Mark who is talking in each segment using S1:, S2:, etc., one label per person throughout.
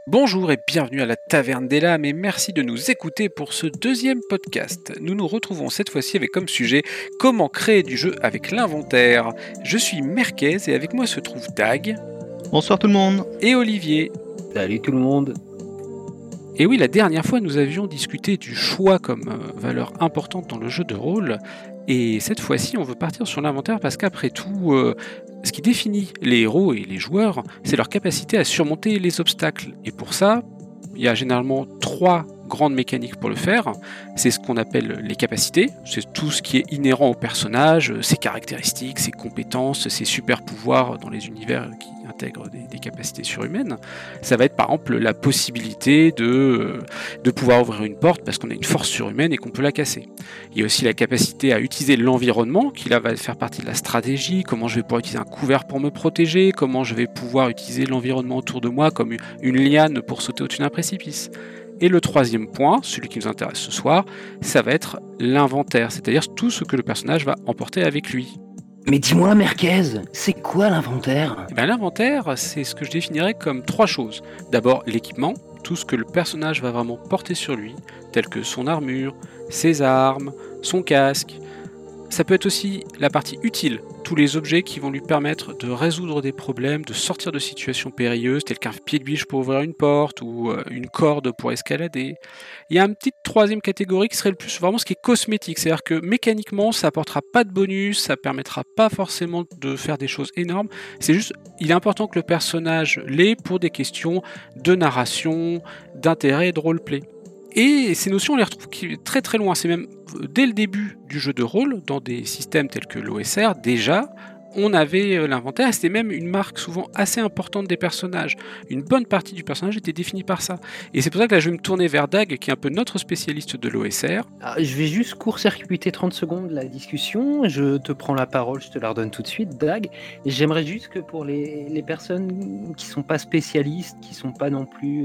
S1: Bonjour et bienvenue à la Taverne des Lames et merci de nous écouter pour ce deuxième podcast. Nous nous retrouvons cette fois-ci avec comme sujet comment créer du jeu avec l'inventaire. Je suis Merquez et avec moi se trouve Dag
S2: Bonsoir tout le monde.
S1: et Olivier.
S3: Salut tout le monde.
S1: Et oui, la dernière fois nous avions discuté du choix comme valeur importante dans le jeu de rôle et cette fois-ci on veut partir sur l'inventaire parce qu'après tout, ce qui définit les héros et les joueurs, c'est leur capacité à surmonter les obstacles. Et pour ça, il y a généralement 3 grandes mécaniques pour le faire. C'est ce qu'on appelle les capacités, c'est tout ce qui est inhérent au personnage, ses caractéristiques, ses compétences, ses super pouvoirs dans les univers qui intègrent des capacités surhumaines. Ça va être par exemple la possibilité de pouvoir ouvrir une porte parce qu'on a une force surhumaine et qu'on peut la casser. Il y a aussi la capacité à utiliser l'environnement, qui là va faire partie de la stratégie, comment je vais pouvoir utiliser un couvert pour me protéger, comment je vais pouvoir utiliser l'environnement autour de moi comme une liane pour sauter au-dessus d'un précipice. Et le troisième point, celui qui nous intéresse ce soir, ça va être l'inventaire, c'est-à-dire tout ce que le personnage va emporter avec lui.
S3: Mais dis-moi, Merquez, c'est quoi l'inventaire ?
S1: Et bien, l'inventaire, c'est ce que je définirais comme 3 choses. D'abord, l'équipement, tout ce que le personnage va vraiment porter sur lui, tel que son armure, ses armes, son casque. Ça peut être aussi la partie utile, tous les objets qui vont lui permettre de résoudre des problèmes, de sortir de situations périlleuses, telles qu'un pied de biche pour ouvrir une porte ou une corde pour escalader. Il y a une petite troisième catégorie qui serait le plus vraiment ce qui est cosmétique, c'est-à-dire que mécaniquement ça apportera pas de bonus, ça permettra pas forcément de faire des choses énormes, c'est juste, il est important que le personnage l'ait pour des questions de narration, d'intérêt et de roleplay. Et ces notions, on les retrouve très très loin. C'est même dès le début du jeu de rôle, dans des systèmes tels que l'OSR, déjà, on avait l'inventaire, et c'était même une marque souvent assez importante des personnages. Une bonne partie du personnage était définie par ça. Et c'est pour ça que là, je vais me tourner vers Dag, qui est un peu notre spécialiste de l'OSR.
S3: Je vais juste court-circuiter 30 secondes la discussion. Je te prends la parole, je te la redonne tout de suite, Dag. J'aimerais juste que pour les personnes qui sont pas spécialistes, qui sont pas non plus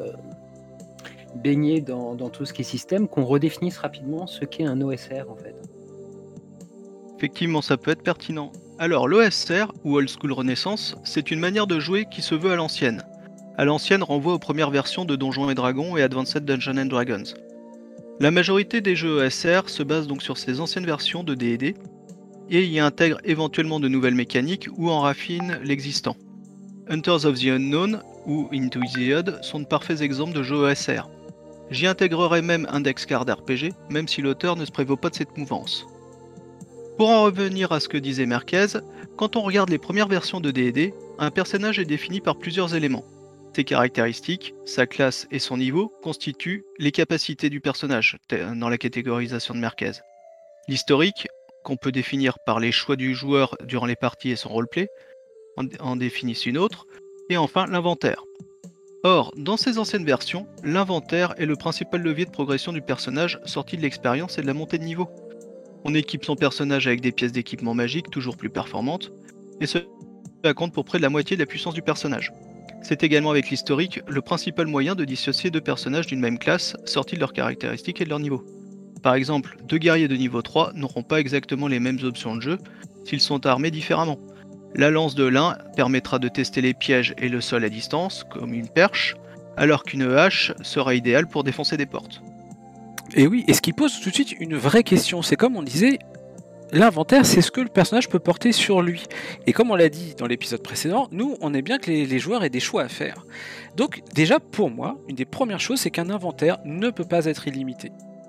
S3: baignées dans tout ce qui est système, qu'on redéfinisse rapidement ce qu'est un OSR en fait.
S2: Effectivement, ça peut être pertinent. Alors, l'OSR, ou Old School Renaissance, c'est une manière de jouer qui se veut à l'ancienne. À l'ancienne renvoie aux premières versions de Donjons et Dragons et Advanced Dungeons and Dragons. La majorité des jeux OSR se basent donc sur ces anciennes versions de D&D, et y intègrent éventuellement de nouvelles mécaniques ou en raffinent l'existant. Hunters of the Unknown ou Into the Odd sont de parfaits exemples de jeux OSR. J'y intégrerai même Index Card RPG, même si l'auteur ne se prévaut pas de cette mouvance. Pour en revenir à ce que disait Merquez, quand on regarde les premières versions de D&D, un personnage est défini par plusieurs éléments. Ses caractéristiques, sa classe et son niveau constituent les capacités du personnage, dans la catégorisation de Merquez. L'historique, qu'on peut définir par les choix du joueur durant les parties et son roleplay, en définissent une autre, et enfin l'inventaire. Or, dans ces anciennes versions, l'inventaire est le principal levier de progression du personnage sorti de l'expérience et de la montée de niveau. On équipe son personnage avec des pièces d'équipement magique toujours plus performantes, et cela compte pour près de la moitié de la puissance du personnage. C'est également avec l'historique le principal moyen de dissocier deux personnages d'une même classe sortis de leurs caractéristiques et de leur niveau. Par exemple, deux guerriers de niveau 3 n'auront pas exactement les mêmes options de jeu s'ils sont armés différemment. La lance de l'un permettra de tester les pièges et le sol à distance, comme une perche, alors qu'une hache sera idéale pour défoncer des portes.
S1: Et oui, et ce qui pose tout de suite une vraie question, c'est comme on disait, l'inventaire, c'est ce que le personnage peut porter sur lui. Et comme on l'a dit dans l'épisode précédent, nous, on aime bien que les joueurs aient des choix à faire. Donc déjà, pour moi, une des premières choses, c'est qu'un inventaire ne peut pas être illimité.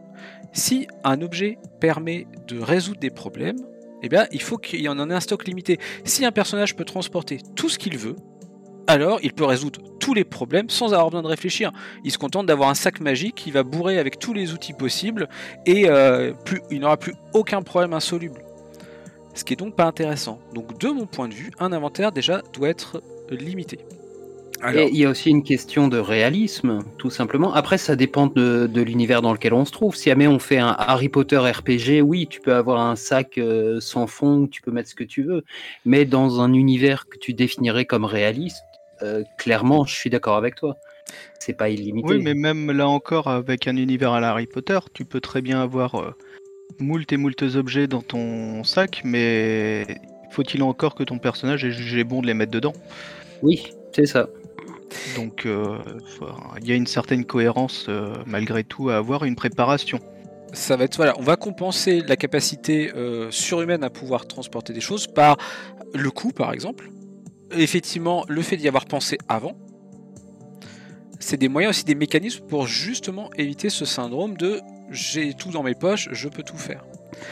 S1: Si un objet permet de résoudre des problèmes, eh bien, il faut qu'il y en ait un stock limité. Si un personnage peut transporter tout ce qu'il veut, alors il peut résoudre tous les problèmes sans avoir besoin de réfléchir. Il se contente d'avoir un sac magique qui va bourrer avec tous les outils possibles et il n'aura plus aucun problème insoluble. Ce qui est donc pas intéressant. Donc de mon point de vue, un inventaire déjà doit être limité.
S3: Alors, et il y a aussi une question de réalisme, tout simplement. Après, ça dépend de l'univers dans lequel on se trouve. Si jamais on fait un Harry Potter RPG, oui, tu peux avoir un sac sans fond, tu peux mettre ce que tu veux. Mais dans un univers que tu définirais comme réaliste, clairement, je suis d'accord avec toi. C'est pas illimité.
S2: Oui, mais même là encore, avec un univers à la Harry Potter, tu peux très bien avoir moult et moult objets dans ton sac, mais faut-il encore que ton personnage est jugé bon de les mettre dedans ?
S3: Oui, c'est ça.
S2: Donc il y a une certaine cohérence malgré tout à avoir, une préparation.
S1: Ça va être, voilà, on va compenser la capacité surhumaine à pouvoir transporter des choses par le coût, par exemple. Effectivement, le fait d'y avoir pensé avant, c'est des moyens aussi, des mécanismes pour justement éviter ce syndrome de j'ai tout dans mes poches, je peux tout faire.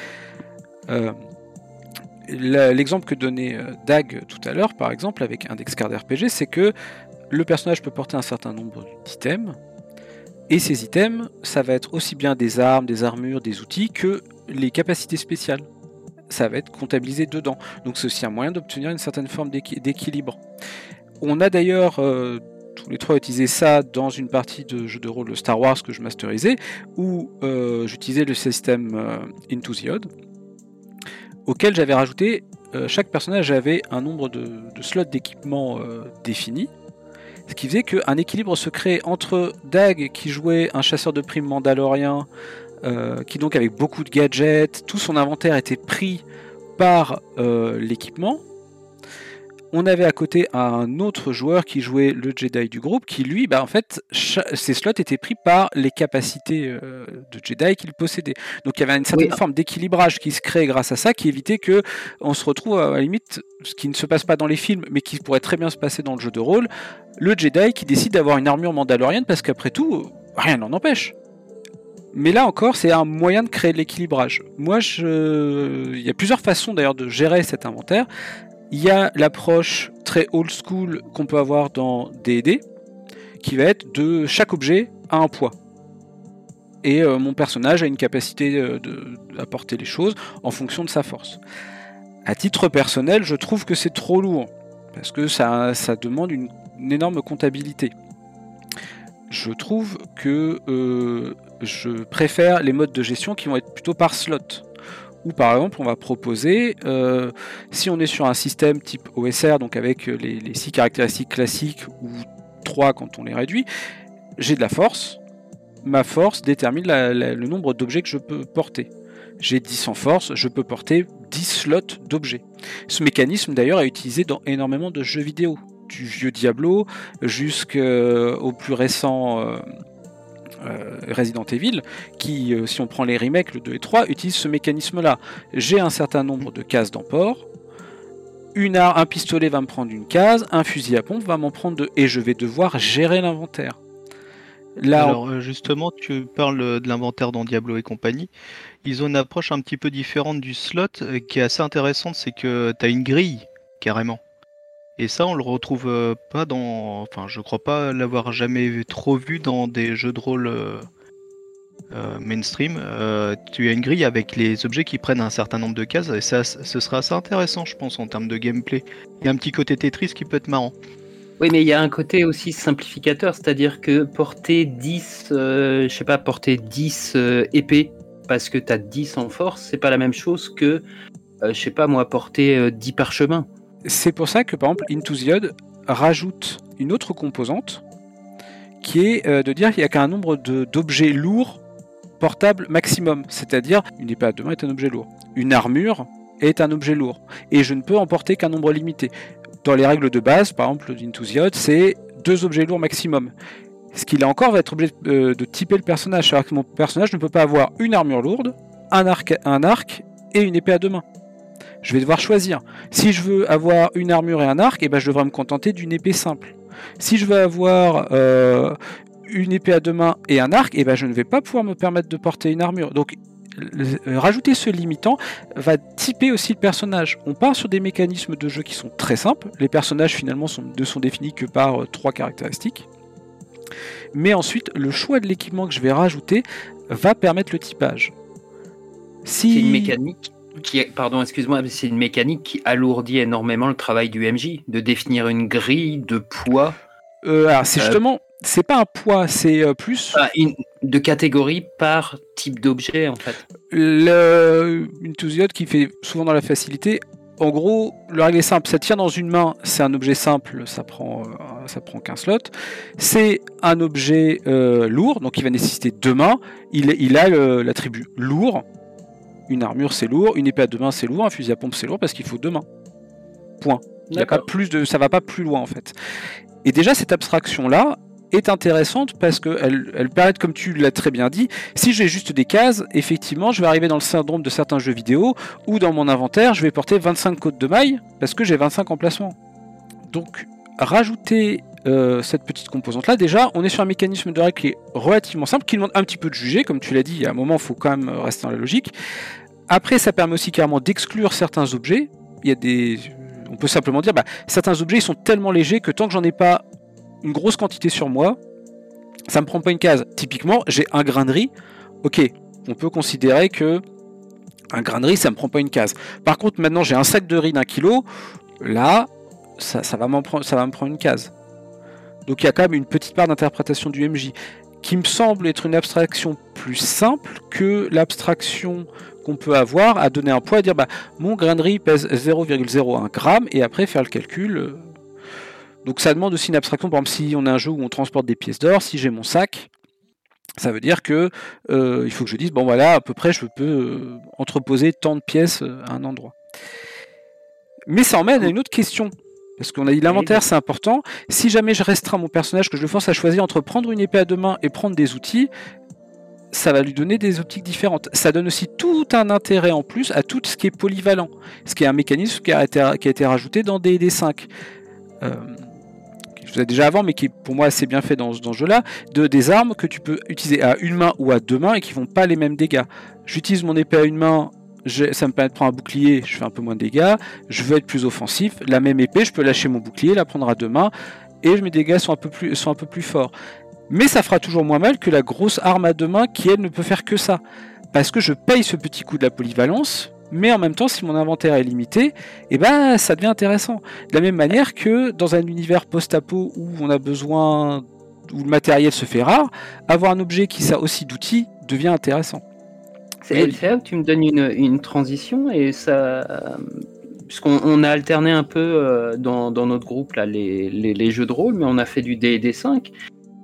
S1: L'exemple que donnait Dag tout à l'heure, par exemple, avec Index Card RPG, c'est que le personnage peut porter un certain nombre d'items, et ces items, ça va être aussi bien des armes, des armures, des outils, que les capacités spéciales. Ça va être comptabilisé dedans. Donc c'est aussi un moyen d'obtenir une certaine forme d'équilibre. On a d'ailleurs tous les trois utilisé ça dans une partie de jeu de rôle de Star Wars que je masterisais, où j'utilisais le système Into the Odd, auquel j'avais rajouté, chaque personnage avait un nombre de slots d'équipement défini, ce qui faisait qu'un équilibre se crée entre Dag, qui jouait un chasseur de primes mandalorien, qui donc avec beaucoup de gadgets, tout son inventaire était pris par l'équipement. On avait à côté un autre joueur qui jouait le Jedi du groupe, qui lui, en fait, ses slots étaient pris par les capacités de Jedi qu'il possédait. Donc il y avait une certaine forme d'équilibrage qui se crée grâce à ça, qui évitait que on se retrouve à la limite, ce qui ne se passe pas dans les films, mais qui pourrait très bien se passer dans le jeu de rôle, le Jedi qui décide d'avoir une armure mandalorienne parce qu'après tout, rien n'en empêche. Mais là encore, c'est un moyen de créer de l'équilibrage. Moi, il y a plusieurs façons d'ailleurs de gérer cet inventaire. Il y a l'approche très old school qu'on peut avoir dans D&D, qui va être de chaque objet a un poids. Et mon personnage a une capacité d'apporter les choses en fonction de sa force. À titre personnel, je trouve que c'est trop lourd, parce que ça demande une énorme comptabilité. Je trouve que je préfère les modes de gestion qui vont être plutôt par slot. Ou par exemple, on va proposer, si on est sur un système type OSR, donc avec les 6 caractéristiques classiques, ou 3 quand on les réduit, j'ai de la force. Ma force détermine le nombre d'objets que je peux porter. J'ai 10 en force, je peux porter 10 slots d'objets. Ce mécanisme d'ailleurs est utilisé dans énormément de jeux vidéo, du vieux Diablo jusqu'au plus récent Resident Evil, qui, si on prend les remakes, le 2 et 3, utilise ce mécanisme-là. J'ai un certain nombre de cases d'emport, un pistolet va me prendre une case, un fusil à pompe va m'en prendre 2, et je vais devoir gérer l'inventaire. Là,
S2: alors justement, tu parles de l'inventaire dans Diablo et compagnie. Ils ont une approche un petit peu différente du slot qui est assez intéressante, c'est que tu as une grille, carrément. Et ça, on le retrouve pas dans... Enfin, je crois pas l'avoir jamais trop vu dans des jeux de rôle mainstream. Tu as une grille avec les objets qui prennent un certain nombre de cases, et ça, ce sera assez intéressant, je pense, en termes de gameplay. Il y a un petit côté Tetris qui peut être marrant.
S3: Oui, mais il y a un côté aussi simplificateur, c'est-à-dire que porter 10, porter 10 épées parce que tu as 10 en force, c'est pas la même chose que, porter 10 parchemins.
S1: C'est pour ça que, par exemple, Into the Odd rajoute une autre composante qui est de dire qu'il n'y a qu'un nombre d'objets lourds portables maximum. C'est-à-dire, une épée à deux mains est un objet lourd. Une armure est un objet lourd. Et je ne peux en porter qu'un nombre limité. Dans les règles de base, par exemple, d'Into the Odd, c'est 2 objets lourds maximum. Ce qu'il a encore va être obligé de typer le personnage. C'est-à-dire que mon personnage ne peut pas avoir une armure lourde, un arc et une épée à deux mains. Je vais devoir choisir. Si je veux avoir une armure et un arc, je devrais me contenter d'une épée simple. Si je veux avoir une épée à deux mains et un arc, je ne vais pas pouvoir me permettre de porter une armure. Donc, rajouter ce limitant va typer aussi le personnage. On part sur des mécanismes de jeu qui sont très simples. Les personnages, finalement, ne sont définis que par 3 caractéristiques. Mais ensuite, le choix de l'équipement que je vais rajouter va permettre le typage.
S3: C'est une mécanique c'est une mécanique qui alourdit énormément le travail du MJ, de définir une grille de poids.
S1: Alors c'est justement, c'est pas un poids, c'est plus
S3: de catégorie par type d'objet en fait.
S1: Une Touziote qui fait souvent dans la facilité. En gros, le règle est simple, ça tient dans une main, c'est un objet simple, ça prend qu'un slot. C'est un objet lourd, donc il va nécessiter 2 mains. Il a l'attribut lourd. Une armure c'est lourd, une épée à 2 mains c'est lourd, un fusil à pompe c'est lourd parce qu'il faut 2 mains. Point. Il y a pas ça va pas plus loin en fait. Et déjà cette abstraction-là est intéressante parce qu'elle permet, comme tu l'as très bien dit, si j'ai juste des cases, effectivement, je vais arriver dans le syndrome de certains jeux vidéo où dans mon inventaire, je vais porter 25 côtes de mailles parce que j'ai 25 emplacements. Donc, rajouter cette petite composante-là, déjà, on est sur un mécanisme de règle qui est relativement simple, qui demande un petit peu de juger, comme tu l'as dit, à un moment, il faut quand même rester dans la logique. Après, ça permet aussi carrément d'exclure certains objets. On peut simplement dire, certains objets, ils sont tellement légers que tant que j'en ai pas une grosse quantité sur moi, ça me prend pas une case. Typiquement, j'ai un grain de riz, ok, on peut considérer que un grain de riz, ça me prend pas une case. Par contre, maintenant, j'ai un sac de riz d'1 kilo, là, ça va me prendre une case. Donc il y a quand même une petite part d'interprétation du MJ qui me semble être une abstraction plus simple que l'abstraction qu'on peut avoir à donner un poids, à dire mon grain de riz pèse 0,01 g et après faire le calcul. Donc ça demande aussi une abstraction. Par exemple, si on a un jeu où on transporte des pièces d'or, si j'ai mon sac, ça veut dire que il faut que je dise à peu près je peux entreposer tant de pièces à un endroit. Mais ça emmène à une autre question. Parce qu'on a dit l'inventaire, c'est important. Si jamais je restreins mon personnage, que je le force à choisir entre prendre une épée à deux mains et prendre des outils, ça va lui donner des optiques différentes. Ça donne aussi tout un intérêt en plus à tout ce qui est polyvalent. Ce qui est un mécanisme qui a été rajouté dans D&D 5. Je vous ai déjà avant, mais qui est pour moi assez bien fait dans ce jeu-là, des armes que tu peux utiliser à une main ou à deux mains et qui ne font pas les mêmes dégâts. J'utilise mon épée à une main, ça me permet de prendre un bouclier, je fais un peu moins de dégâts, je veux être plus offensif, la même épée, je peux lâcher mon bouclier, la prendre à deux mains, et mes dégâts sont un peu plus forts. Mais ça fera toujours moins mal que la grosse arme à deux mains qui, elle, ne peut faire que ça. Parce que je paye ce petit coup de la polyvalence, mais en même temps, si mon inventaire est limité, ça devient intéressant. De la même manière que dans un univers post-apo où on a besoin, où le matériel se fait rare, avoir un objet qui sert aussi d'outil devient intéressant.
S3: C'est là où tu me donnes une transition et ça, puisqu'on a alterné un peu dans notre groupe là les jeux de rôle, mais on a fait du D&D 5.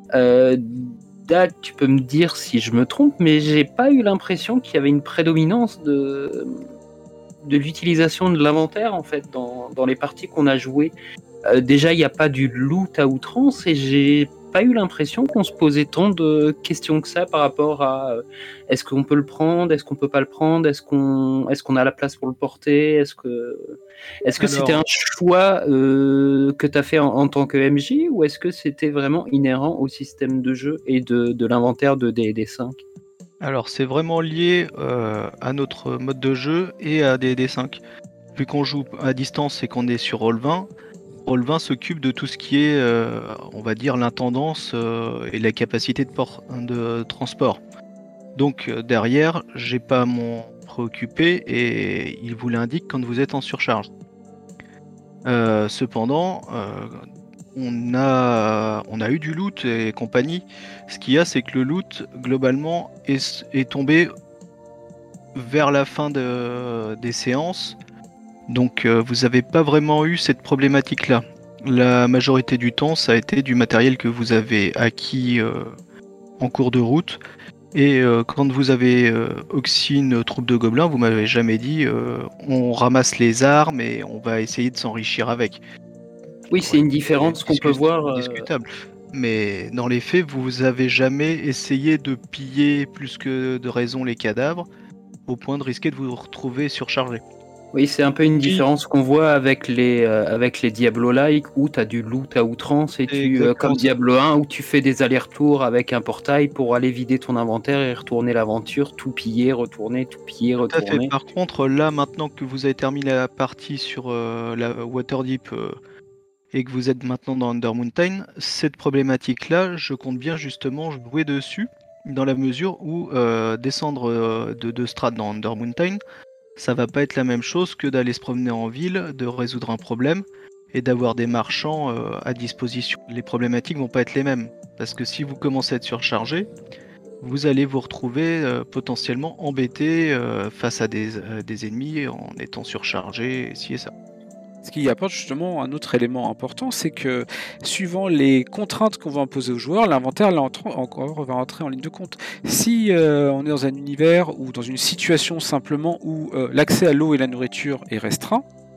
S3: Dad, tu peux me dire si je me trompe, mais j'ai pas eu l'impression qu'il y avait une prédominance de l'utilisation de l'inventaire en fait dans les parties qu'on a jouées. Déjà, il n'y a pas du loot à outrance et j'ai pas eu l'impression qu'on se posait tant de questions que ça par rapport à est-ce qu'on peut le prendre, est-ce qu'on peut pas le prendre, est-ce qu'on a la place pour le porter, est-ce que c'était un choix que tu as fait en tant que MJ ou est-ce que c'était vraiment inhérent au système de jeu et de l'inventaire de D&D 5?
S2: Alors c'est vraiment lié à notre mode de jeu et à D&D 5. Vu qu'on joue à distance et qu'on est sur Roll20, Roll20 s'occupe de tout ce qui est, on va dire, l'intendance et la capacité de transport. Donc derrière, j'ai pas à m'en préoccuper et il vous l'indique quand vous êtes en surcharge. Cependant, on a eu du loot et compagnie. Ce qu'il y a, c'est que le loot, globalement, est tombé vers la fin des séances. Donc vous n'avez pas vraiment eu cette problématique-là. La majorité du temps, ça a été du matériel que vous avez acquis en cours de route. Et quand vous avez oxy une troupe de gobelins, vous m'avez jamais dit on ramasse les armes et on va essayer de s'enrichir avec.
S3: Oui, c'est une différence qu'on peut voir.
S2: Discutable. Mais dans les faits, vous avez jamais essayé de piller plus que de raison les cadavres au point de risquer de vous retrouver surchargé.
S3: Oui, c'est un peu une différence qu'on voit avec les Diablo-like où tu as du loot à outrance et comme Diablo 1 où tu fais des allers-retours avec un portail pour aller vider ton inventaire et retourner l'aventure, tout piller, retourner, tout piller, retourner.
S2: Tout à fait. Par contre, là, maintenant que vous avez terminé la partie sur la Waterdeep et que vous êtes maintenant dans Undermountain, cette problématique-là, je compte bien justement jouer dessus dans la mesure où descendre de Strahd dans Undermountain, ça va pas être la même chose que d'aller se promener en ville, de résoudre un problème et d'avoir des marchands à disposition. Les problématiques vont pas être les mêmes parce que si vous commencez à être surchargé, vous allez vous retrouver potentiellement embêté face à des ennemis en étant surchargé, ci et ça.
S1: Ce qui apporte justement un autre élément important, c'est que suivant les contraintes qu'on va imposer aux joueurs, l'inventaire va entrer en ligne de compte. Si on est dans un univers ou dans une situation simplement où l'accès à l'eau et la nourriture est restreint,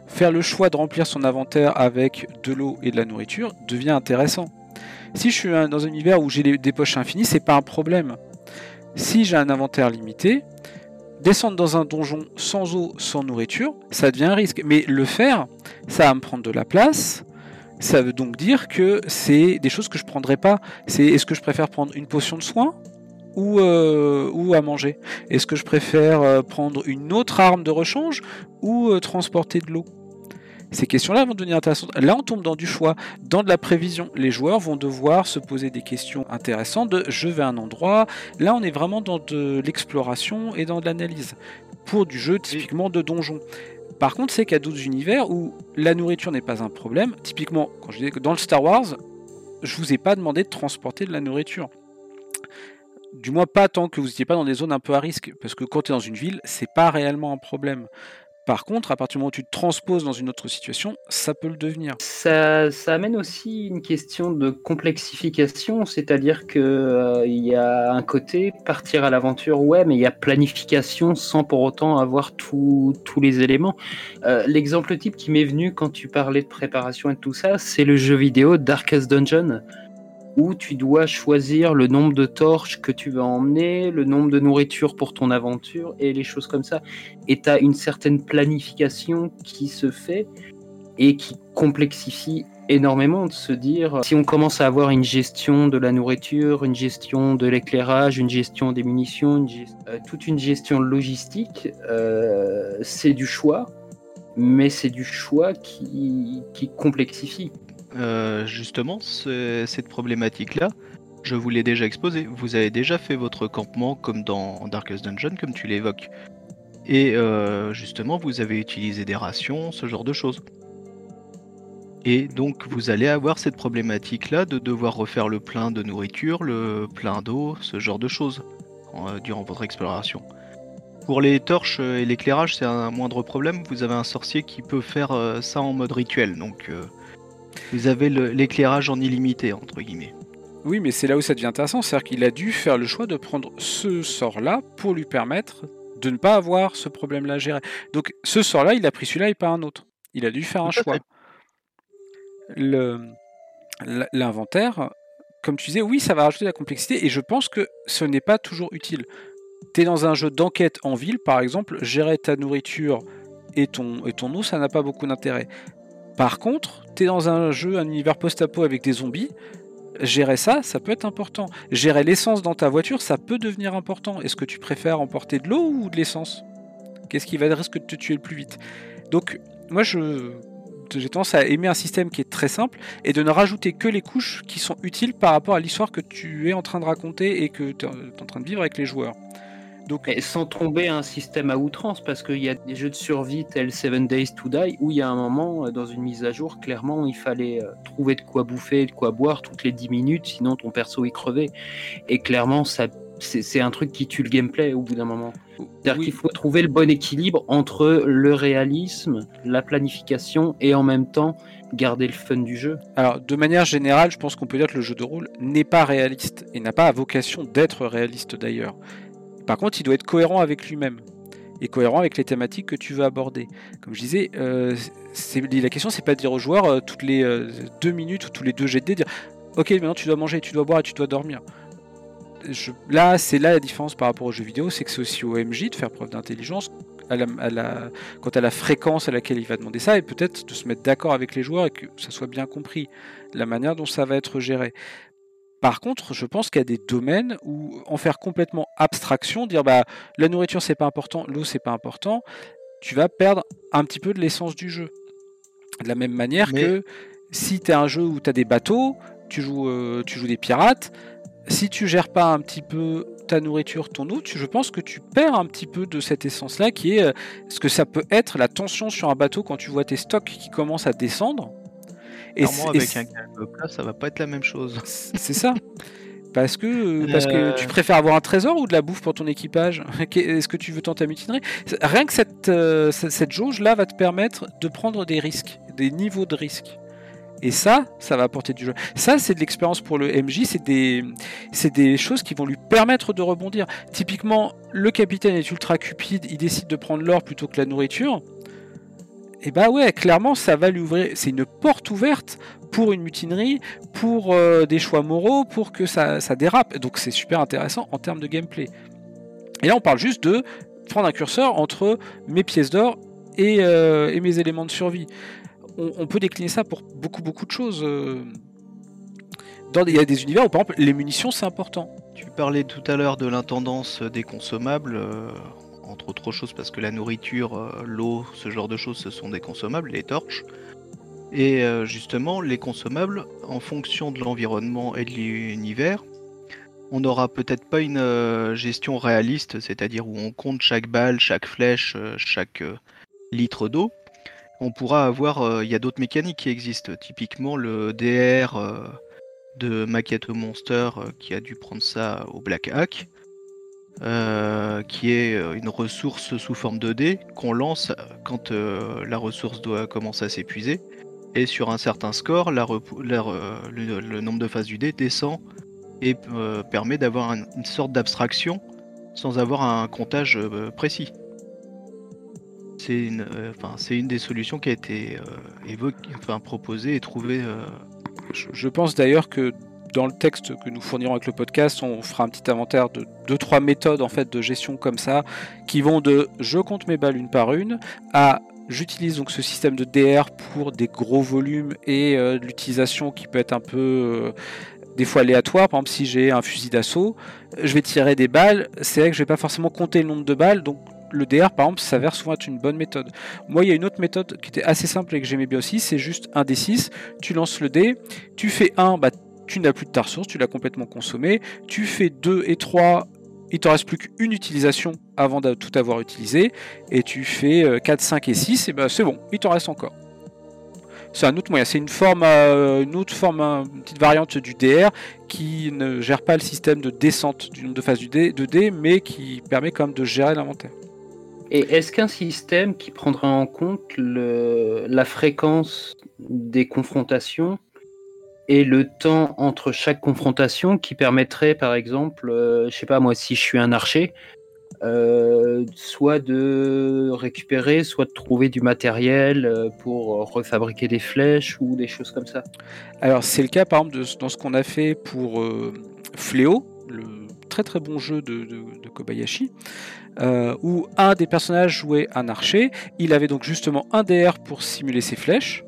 S1: faire le choix de remplir son inventaire avec de l'eau et de la nourriture devient intéressant. Si je suis dans un univers où j'ai des poches infinies, c'est pas un problème. Si j'ai un inventaire limité, descendre dans un donjon sans eau, sans nourriture, ça devient un risque. Mais le faire, ça va me prendre de la place. Ça veut donc dire que c'est des choses que je ne prendrais pas. Est-ce que je préfère prendre une potion de soin ou à manger? Est-ce que je préfère prendre une autre arme de rechange ou transporter de l'eau? Ces questions-là vont devenir intéressantes. Là, on tombe dans du choix, dans de la prévision. Les joueurs vont devoir se poser des questions intéressantes de « je vais à un endroit ». Là, on est vraiment dans de l'exploration et dans de l'analyse. Pour du jeu typiquement de donjon. Par contre, c'est qu'il y a d'autres univers où la nourriture n'est pas un problème. Typiquement, quand je disais que dans le Star Wars, je vous ai pas demandé de transporter de la nourriture. Du moins pas tant que vous n'étiez pas dans des zones un peu à risque. Parce que quand tu es dans une ville, c'est pas réellement un problème. Par contre, à partir du moment où tu te transposes dans une autre situation, ça peut le devenir.
S3: Ça amène aussi une question de complexification, c'est-à-dire que il y a un côté partir à l'aventure, ouais, mais il y a planification sans pour autant avoir tous les éléments. L'exemple type qui m'est venu quand tu parlais de préparation et de tout ça, c'est le jeu vidéo Darkest Dungeon, où tu dois choisir le nombre de torches que tu vas emmener, le nombre de nourriture pour ton aventure et les choses comme ça. Et tu as une certaine planification qui se fait et qui complexifie énormément de se dire, si on commence à avoir une gestion de la nourriture, une gestion de l'éclairage, une gestion des munitions, toute une gestion logistique, c'est du choix, mais c'est du choix qui complexifie.
S2: Justement, cette problématique-là, je vous l'ai déjà exposée. Vous avez déjà fait votre campement comme dans Darkest Dungeon, comme tu l'évoques. Et justement, vous avez utilisé des rations, ce genre de choses. Et donc, vous allez avoir cette problématique-là de devoir refaire le plein de nourriture, le plein d'eau, ce genre de choses, durant votre exploration. Pour les torches et l'éclairage, c'est un moindre problème. Vous avez un sorcier qui peut faire ça en mode rituel, donc... vous avez l'éclairage en illimité, entre guillemets.
S1: Oui, mais c'est là où ça devient intéressant, c'est-à-dire qu'il a dû faire le choix de prendre ce sort-là pour lui permettre de ne pas avoir ce problème-là à gérer. Donc ce sort-là, il a pris celui-là et pas un autre. Il a dû faire un choix. L'inventaire, comme tu disais, oui, ça va rajouter de la complexité, et je pense que ce n'est pas toujours utile. Tu es dans un jeu d'enquête en ville, par exemple, gérer ta nourriture et ton eau, ça n'a pas beaucoup d'intérêt. Par contre, tu es dans un jeu, un univers post-apo avec des zombies, gérer ça, ça peut être important. Gérer l'essence dans ta voiture, ça peut devenir important. Est-ce que tu préfères emporter de l'eau ou de l'essence? Qu'est-ce qui va risquer de te tuer le plus vite? Donc, moi, j'ai tendance à aimer un système qui est très simple et de ne rajouter que les couches qui sont utiles par rapport à l'histoire que tu es en train de raconter et que tu es en train de vivre avec les joueurs.
S3: Donc, et sans tomber à un système à outrance, parce qu'il y a des jeux de survie tels 7 Days to Die où il y a un moment, dans une mise à jour, clairement, il fallait trouver de quoi bouffer, de quoi boire toutes les 10 minutes, sinon ton perso y crevait. Et clairement, c'est un truc qui tue le gameplay au bout d'un moment. C'est-à-dire qu'il faut trouver le bon équilibre entre le réalisme, la planification et en même temps garder le fun du jeu.
S1: Alors, de manière générale, je pense qu'on peut dire que le jeu de rôle n'est pas réaliste et n'a pas vocation d'être réaliste d'ailleurs. Par contre, il doit être cohérent avec lui-même et cohérent avec les thématiques que tu veux aborder. Comme je disais, la question, c'est pas de dire aux joueurs toutes les 2 minutes ou tous les 2 jets de dés, dire ok, maintenant tu dois manger, tu dois boire et tu dois dormir. C'est là la différence par rapport aux jeux vidéo, c'est que c'est aussi au MJ de faire preuve d'intelligence quant à la fréquence à laquelle il va demander ça, et peut-être de se mettre d'accord avec les joueurs et que ça soit bien compris, la manière dont ça va être géré. Par contre, je pense qu'il y a des domaines où en faire complètement abstraction, dire la nourriture c'est pas important, l'eau c'est pas important, tu vas perdre un petit peu de l'essence du jeu. De la même manière que si tu as un jeu où tu as des bateaux, tu joues des pirates, si tu gères pas un petit peu ta nourriture, ton eau, je pense que tu perds un petit peu de cette essence-là qui est ce que ça peut être la tension sur un bateau quand tu vois tes stocks qui commencent à descendre.
S2: Avec un calme plat, ça va pas être la même chose.
S1: C'est ça. Parce que tu préfères avoir un trésor ou de la bouffe pour ton équipage? Est-ce que tu veux tenter la mutinerie? Rien que cette jauge-là va te permettre de prendre des risques, des niveaux de risque. Et ça va apporter du jeu. Ça, c'est de l'expérience pour le MJ, c'est des choses qui vont lui permettre de rebondir. Typiquement, le capitaine est ultra cupide, il décide de prendre l'or plutôt que la nourriture. Et bah ouais, clairement, ça va lui ouvrir. C'est une porte ouverte pour une mutinerie, pour des choix moraux, pour que ça dérape. Donc c'est super intéressant en termes de gameplay. Et là, on parle juste de prendre un curseur entre mes pièces d'or et mes éléments de survie. On peut décliner ça pour beaucoup de choses. Il y a des univers où, par exemple, les munitions, c'est important.
S2: Tu parlais tout à l'heure de l'intendance des consommables, entre autres choses, parce que la nourriture, l'eau, ce genre de choses, ce sont des consommables, les torches. Et justement, les consommables, en fonction de l'environnement et de l'univers, on n'aura peut-être pas une gestion réaliste, c'est-à-dire où on compte chaque balle, chaque flèche, chaque litre d'eau. On pourra avoir, il y a d'autres mécaniques qui existent, typiquement le DR de Macchiato Monster qui a dû prendre ça au Black Hack, qui est une ressource sous forme de dés qu'on lance quand la ressource doit commencer à s'épuiser. Et sur un certain score, le nombre de phases du dé descend et permet d'avoir une sorte d'abstraction sans avoir un comptage précis. C'est une des solutions qui a été proposée et trouvée.
S1: Je pense d'ailleurs que dans le texte que nous fournirons avec le podcast, on fera un petit inventaire de 2-3 méthodes en fait de gestion comme ça, qui vont de je compte mes balles une par une à j'utilise donc ce système de DR pour des gros volumes et l'utilisation qui peut être un peu des fois aléatoire. Par exemple, si j'ai un fusil d'assaut, je vais tirer des balles, c'est vrai que je vais pas forcément compter le nombre de balles, donc le DR par exemple s'avère souvent être une bonne méthode. Moi il y a une autre méthode qui était assez simple et que j'aimais bien aussi, c'est juste un D6, tu lances le dé, tu fais 1, bah tu n'as plus de ta ressource, tu l'as complètement consommé, tu fais 2 et 3, il te reste plus qu'une utilisation avant de tout avoir utilisé, et tu fais 4, 5 et 6, et bah c'est bon, il t'en reste encore. C'est un autre moyen, c'est une petite variante du DR qui ne gère pas le système de descente du nombre de phases de dé, mais qui permet quand même de gérer l'inventaire.
S3: Et est-ce qu'un système qui prendra en compte la fréquence des confrontations et le temps entre chaque confrontation qui permettrait, par exemple, je sais pas moi, si je suis un archer, soit de récupérer, soit de trouver du matériel pour refabriquer des flèches ou des choses comme ça?
S1: Alors c'est le cas par exemple dans ce qu'on a fait pour Fléau, le très très bon jeu de Kobayashi, où un des personnages jouait un archer, il avait donc justement un DR pour simuler ses flèches,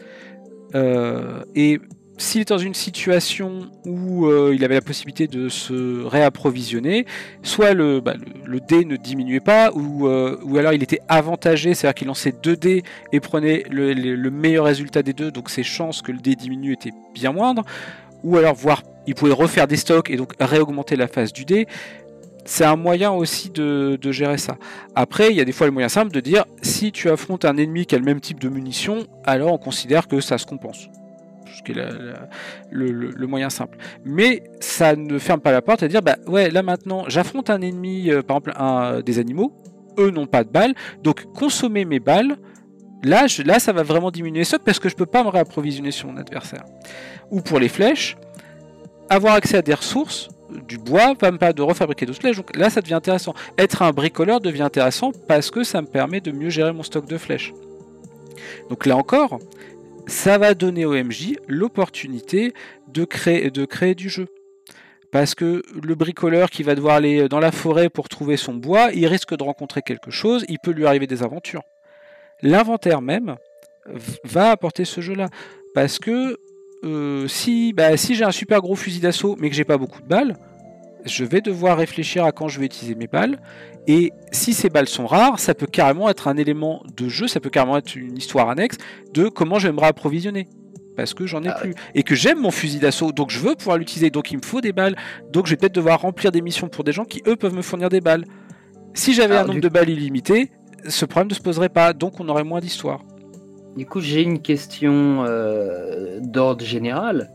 S1: et s'il est dans une situation où il avait la possibilité de se réapprovisionner, soit le dé ne diminuait pas, ou alors il était avantagé, c'est-à-dire qu'il lançait 2 dés et prenait le meilleur résultat des deux, donc ses chances que le dé diminue étaient bien moindres, ou alors il pouvait refaire des stocks et donc réaugmenter la phase du dé. C'est un moyen aussi de gérer ça. Après, il y a des fois le moyen simple de dire, si tu affrontes un ennemi qui a le même type de munitions, alors on considère que ça se compense. Ce qui est le moyen simple. Mais ça ne ferme pas la porte à dire, bah ouais, là maintenant, j'affronte un ennemi, par exemple des animaux, eux n'ont pas de balles, donc consommer mes balles, là ça va vraiment diminuer les stocks parce que je peux pas me réapprovisionner sur mon adversaire. Ou pour les flèches, avoir accès à des ressources, du bois, va me permettre de refabriquer d'autres flèches, donc là ça devient intéressant. Être un bricoleur devient intéressant parce que ça me permet de mieux gérer mon stock de flèches. Donc là encore, ça va donner au MJ l'opportunité de créer du jeu. Parce que le bricoleur qui va devoir aller dans la forêt pour trouver son bois, il risque de rencontrer quelque chose, il peut lui arriver des aventures. L'inventaire même va apporter ce jeu-là. Parce que si j'ai un super gros fusil d'assaut mais que j'ai pas beaucoup de balles, je vais devoir réfléchir à quand je vais utiliser mes balles. Et si ces balles sont rares, ça peut carrément être un élément de jeu, ça peut carrément être une histoire annexe de comment je vais me réapprovisionner. Parce que j'en ai plus. Et que j'aime mon fusil d'assaut, donc je veux pouvoir l'utiliser, donc il me faut des balles. Donc je vais peut-être devoir remplir des missions pour des gens qui, eux, peuvent me fournir des balles. Si j'avais un nombre de balles illimité, ce problème ne se poserait pas, donc on aurait moins d'histoire.
S3: Du coup, j'ai une question d'ordre général.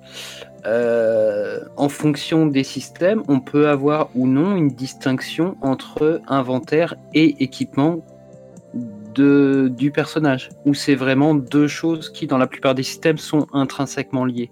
S3: En fonction des systèmes, on peut avoir ou non une distinction entre inventaire et équipement du personnage, ou c'est vraiment deux choses qui, dans la plupart des systèmes, sont intrinsèquement liées?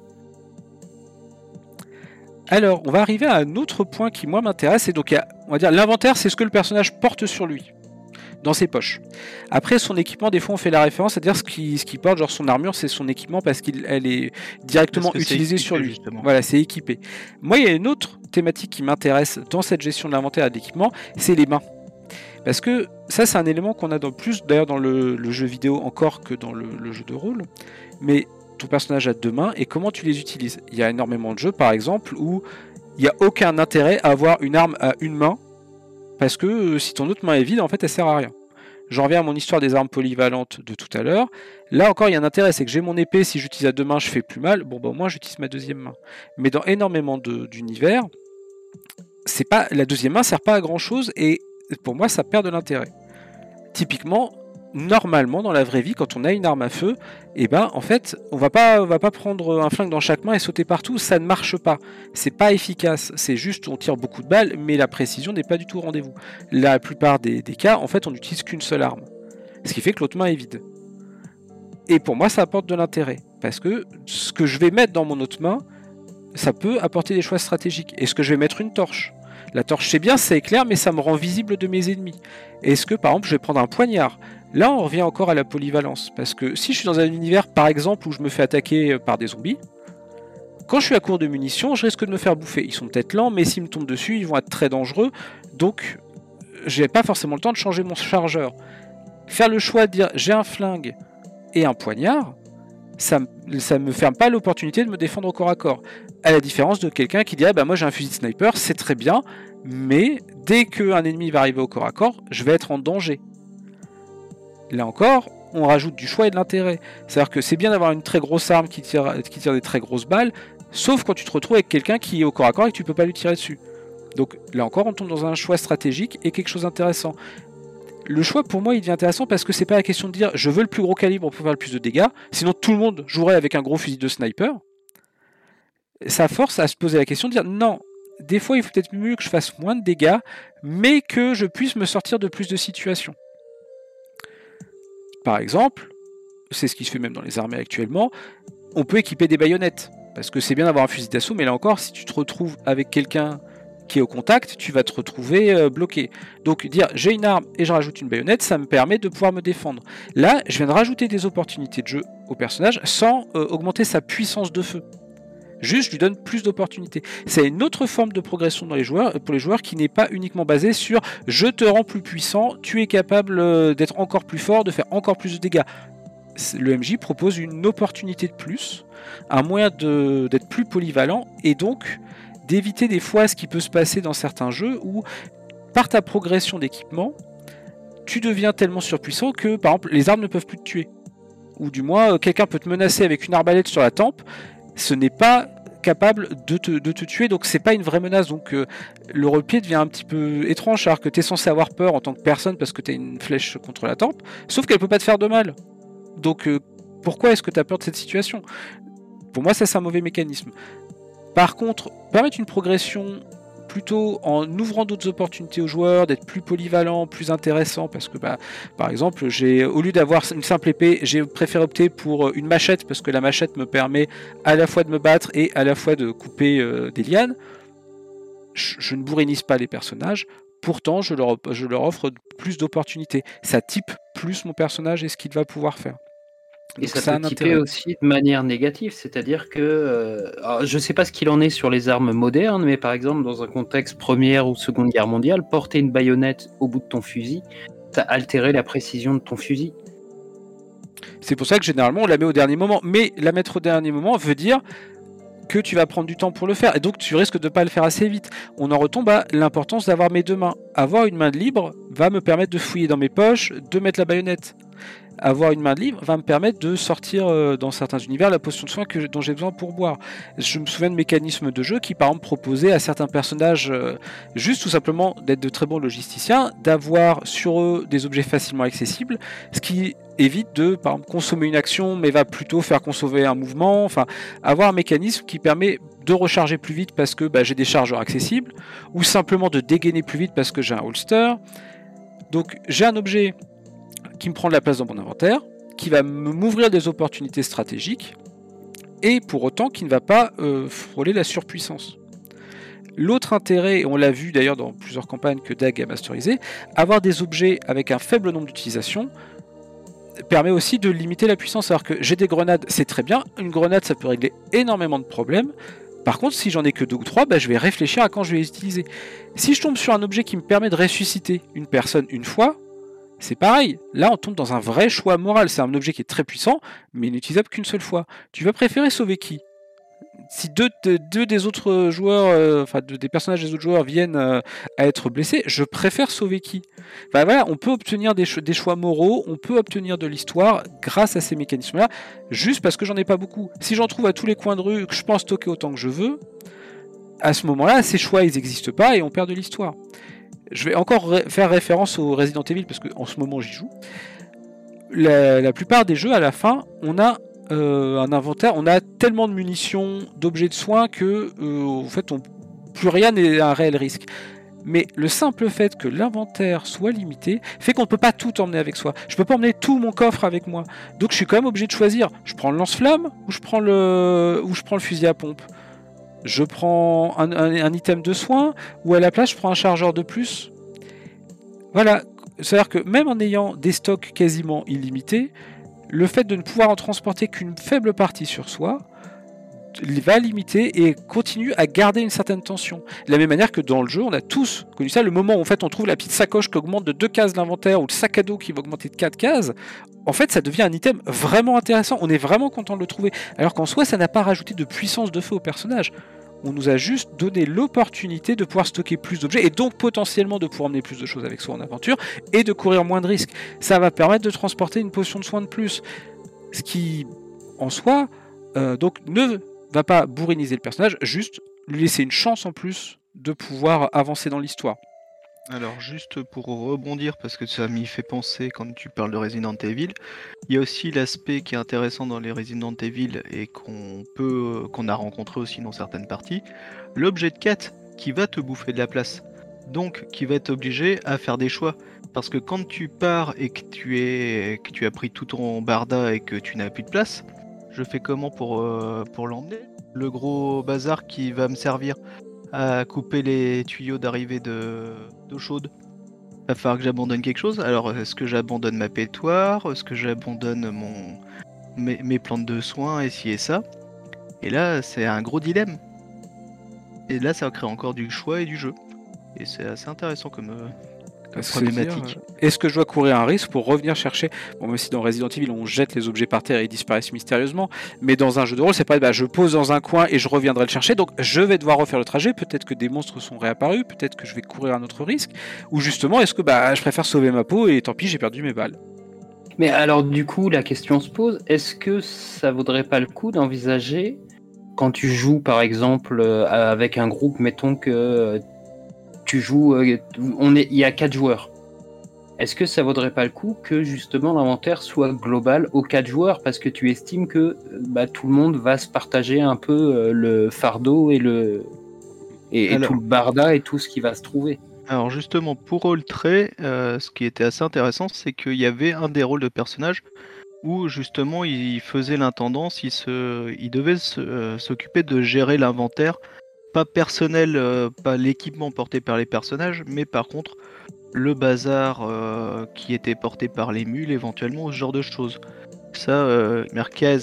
S1: Alors, on va arriver à un autre point qui, moi, m'intéresse, et donc, on va dire, l'inventaire, c'est ce que le personnage porte sur lui. dans ses poches. Après, son équipement, des fois, on fait la référence, c'est-à-dire ce qu'il porte, genre son armure, c'est son équipement parce qu'elle est directement utilisée sur lui.
S2: Justement.
S1: Voilà, c'est équipé. Moi, il y a une autre thématique qui m'intéresse dans cette gestion de l'inventaire et de l'équipement, c'est les mains. Parce que ça, c'est un élément qu'on a plus d'ailleurs dans le jeu vidéo encore que dans le jeu de rôle. Mais ton personnage a 2 mains et comment tu les utilises. Il y a énormément de jeux, par exemple, où il n'y a aucun intérêt à avoir une arme à une main, parce que si ton autre main est vide, en fait, elle sert à rien. J'en reviens à mon histoire des armes polyvalentes de tout à l'heure. Là encore, il y a un intérêt, c'est que j'ai mon épée, si j'utilise à 2 mains, je fais plus mal. Bon, bah, au moins, j'utilise ma 2e main. Mais dans énormément d'univers, la 2e main sert pas à grand chose, et pour moi, ça perd de l'intérêt. Typiquement, normalement, dans la vraie vie, quand on a une arme à feu, en fait, on va pas prendre un flingue dans chaque main et sauter partout, ça ne marche pas. C'est pas efficace, c'est juste on tire beaucoup de balles, mais la précision n'est pas du tout au rendez-vous. La plupart des cas, en fait, on n'utilise qu'une seule arme. Ce qui fait que l'autre main est vide. Et pour moi, ça apporte de l'intérêt, parce que ce que je vais mettre dans mon autre main, ça peut apporter des choix stratégiques. Est-ce que je vais mettre une torche ? La torche, c'est bien, ça éclaire, mais ça me rend visible de mes ennemis. Est-ce que, par exemple, je vais prendre un poignard ? Là, on revient encore à la polyvalence. Parce que si je suis dans un univers, par exemple, où je me fais attaquer par des zombies, quand je suis à court de munitions, je risque de me faire bouffer. Ils sont peut-être lents, mais s'ils me tombent dessus, ils vont être très dangereux. Donc, j'ai pas forcément le temps de changer mon chargeur. Faire le choix de dire j'ai un flingue et un poignard, ça me ferme pas l'opportunité de me défendre au corps à corps. À la différence de quelqu'un qui dirait moi j'ai un fusil de sniper, c'est très bien, mais dès qu'un ennemi va arriver au corps à corps, je vais être en danger. Là encore, on rajoute du choix et de l'intérêt. C'est-à-dire que c'est bien d'avoir une très grosse arme qui tire des très grosses balles, sauf quand tu te retrouves avec quelqu'un qui est au corps à corps et que tu peux pas lui tirer dessus. Donc là encore, on tombe dans un choix stratégique et quelque chose d'intéressant. Le choix pour moi il devient intéressant parce que c'est pas la question de dire je veux le plus gros calibre pour faire le plus de dégâts, sinon tout le monde jouerait avec un gros fusil de sniper. Ça force à se poser la question de dire non, des fois il faut peut-être mieux que je fasse moins de dégâts, mais que je puisse me sortir de plus de situations. Par exemple, c'est ce qui se fait même dans les armées actuellement, on peut équiper des baïonnettes, parce que c'est bien d'avoir un fusil d'assaut, mais là encore, si tu te retrouves avec quelqu'un qui est au contact, tu vas te retrouver bloqué. Donc dire j'ai une arme et je rajoute une baïonnette, ça me permet de pouvoir me défendre. Là, je viens de rajouter des opportunités de jeu au personnage sans augmenter sa puissance de feu. Juste, je lui donne plus d'opportunités. C'est une autre forme de progression pour les joueurs qui n'est pas uniquement basée sur je te rends plus puissant, tu es capable d'être encore plus fort, de faire encore plus de dégâts. Le MJ propose une opportunité de plus, un moyen d'être plus polyvalent et donc d'éviter des fois ce qui peut se passer dans certains jeux où, par ta progression d'équipement, tu deviens tellement surpuissant que, par exemple, les armes ne peuvent plus te tuer. Ou du moins, quelqu'un peut te menacer avec une arbalète sur la tempe, ce n'est pas capable de te tuer, donc c'est pas une vraie menace. Donc le roleplay devient un petit peu étrange, alors que tu es censé avoir peur en tant que personne parce que tu as une flèche contre la tempe, sauf qu'elle peut pas te faire de mal. Donc pourquoi est-ce que tu as peur de cette situation ? Pour moi, ça c'est un mauvais mécanisme. Par contre, permettre une progression plutôt en ouvrant d'autres opportunités aux joueurs, d'être plus polyvalent, plus intéressant, parce que par exemple, au lieu d'avoir une simple épée, j'ai préféré opter pour une machette, parce que la machette me permet à la fois de me battre et à la fois de couper des lianes. Je ne bourrinise pas les personnages, pourtant je leur offre plus d'opportunités. Ça type plus mon personnage et ce qu'il va pouvoir faire.
S3: Et donc ça peut typer aussi de manière négative, c'est-à-dire que je ne sais pas ce qu'il en est sur les armes modernes, mais par exemple dans un contexte Première ou Seconde Guerre mondiale, porter une baïonnette au bout de ton fusil, ça altérait la précision de ton fusil.
S1: C'est pour ça que généralement on la met au dernier moment, mais la mettre au dernier moment veut dire que tu vas prendre du temps pour le faire, et donc tu risques de ne pas le faire assez vite. On en retombe à l'importance d'avoir mes 2 mains. Avoir une main libre va me permettre de fouiller dans mes poches, de mettre la baïonnette. Avoir une main libre va me permettre de sortir dans certains univers la potion de soin dont j'ai besoin pour boire. Je me souviens de mécanismes de jeu qui par exemple proposaient à certains personnages juste tout simplement d'être de très bons logisticiens, d'avoir sur eux des objets facilement accessibles, ce qui évite de par exemple consommer une action mais va plutôt faire consommer un mouvement, enfin avoir un mécanisme qui permet de recharger plus vite parce que j'ai des chargeurs accessibles, ou simplement de dégainer plus vite parce que j'ai un holster. Donc j'ai un objet qui me prend de la place dans mon inventaire, qui va m'ouvrir des opportunités stratégiques, et pour autant qui ne va pas frôler la surpuissance. L'autre intérêt, et on l'a vu d'ailleurs dans plusieurs campagnes que Dag a masterisé, avoir des objets avec un faible nombre d'utilisations permet aussi de limiter la puissance. Alors que j'ai des grenades, c'est très bien, une grenade ça peut régler énormément de problèmes. Par contre, si j'en ai que 2 ou 3, je vais réfléchir à quand je vais les utiliser. Si je tombe sur un objet qui me permet de ressusciter une personne une fois, c'est pareil. Là, on tombe dans un vrai choix moral. C'est un objet qui est très puissant, mais n'utilisable qu'une seule fois. Tu vas préférer sauver qui ? Si deux des autres joueurs, des personnages des autres joueurs viennent à être blessés, je préfère sauver qui ? Enfin, voilà, on peut obtenir des choix moraux, on peut obtenir de l'histoire grâce à ces mécanismes-là, juste parce que j'en ai pas beaucoup. Si j'en trouve à tous les coins de rue, que je peux en stocker autant que je veux, à ce moment-là, ces choix, ils n'existent pas et on perd de l'histoire. Je vais encore faire référence au Resident Evil, parce qu'en ce moment, j'y joue. La plupart des jeux, à la fin, on a un inventaire, on a tellement de munitions, d'objets de soins que en fait, plus rien n'est un réel risque. Mais le simple fait que l'inventaire soit limité fait qu'on ne peut pas tout emmener avec soi. Je peux pas emmener tout mon coffre avec moi. Donc je suis quand même obligé de choisir. Je prends le lance-flamme ou je prends le fusil à pompe. Je prends un item de soin ou à la place je prends un chargeur de plus. Voilà. C'est-à-dire que même en ayant des stocks quasiment illimités, le fait de ne pouvoir en transporter qu'une faible partie sur soi va limiter et continue à garder une certaine tension. De la même manière que dans le jeu, on a tous connu ça, le moment où en fait on trouve la petite sacoche qui augmente de 2 cases d'inventaire ou le sac à dos qui va augmenter de 4 cases, en fait ça devient un item vraiment intéressant, on est vraiment content de le trouver, alors qu'en soi ça n'a pas rajouté de puissance de feu au personnage. On nous a juste donné l'opportunité de pouvoir stocker plus d'objets et donc potentiellement de pouvoir emmener plus de choses avec soi en aventure et de courir moins de risques. Ça va permettre de transporter une potion de soin de plus. Ce qui, en soi, donc ne va pas bourriniser le personnage, juste lui laisser une chance en plus de pouvoir avancer dans l'histoire.
S2: Alors juste pour rebondir, parce que ça m'y fait penser quand tu parles de Resident Evil, il y a aussi l'aspect qui est intéressant dans les Resident Evil et qu'on a rencontré aussi dans certaines parties, l'objet de quête qui va te bouffer de la place, donc qui va être obligé à faire des choix. Parce que quand tu pars et que tu as pris tout ton barda et que tu n'as plus de place, je fais comment pour l'emmener ? Le gros bazar qui va me servir à couper les tuyaux d'arrivée d'eau chaude. Va falloir que j'abandonne quelque chose. Alors, est-ce que j'abandonne ma pétoire ? Est-ce que j'abandonne mes plantes de soins et ci et ça ? Et là, c'est un gros dilemme. Et là, ça crée encore du choix et du jeu. Et c'est assez intéressant comme problématique.
S1: Est-ce que je dois courir un risque pour revenir chercher, bon, même si dans Resident Evil on jette les objets par terre et ils disparaissent mystérieusement, mais dans un jeu de rôle c'est pas je pose dans un coin et je reviendrai le chercher, donc je vais devoir refaire le trajet, peut-être que des monstres sont réapparus, peut-être que je vais courir un autre risque, ou justement est-ce que je préfère sauver ma peau et tant pis j'ai perdu mes balles.
S3: Mais alors du coup la question se pose, est-ce que ça vaudrait pas le coup d'envisager, quand tu joues par exemple avec un groupe, mettons que tu joues, il y a 4 joueurs. Est-ce que ça vaudrait pas le coup que justement l'inventaire soit global aux 4 joueurs parce que tu estimes que tout le monde va se partager un peu le fardeau et tout le barda et tout ce qui va se trouver.
S2: Alors justement pour Roll-Tray, ce qui était assez intéressant, c'est qu'il y avait un des rôles de personnage où justement il faisait l'intendance, il devait s'occuper de gérer l'inventaire. Pas personnel, pas l'équipement porté par les personnages, mais par contre le bazar qui était porté par les mules éventuellement, ce genre de choses. Ça, Merquez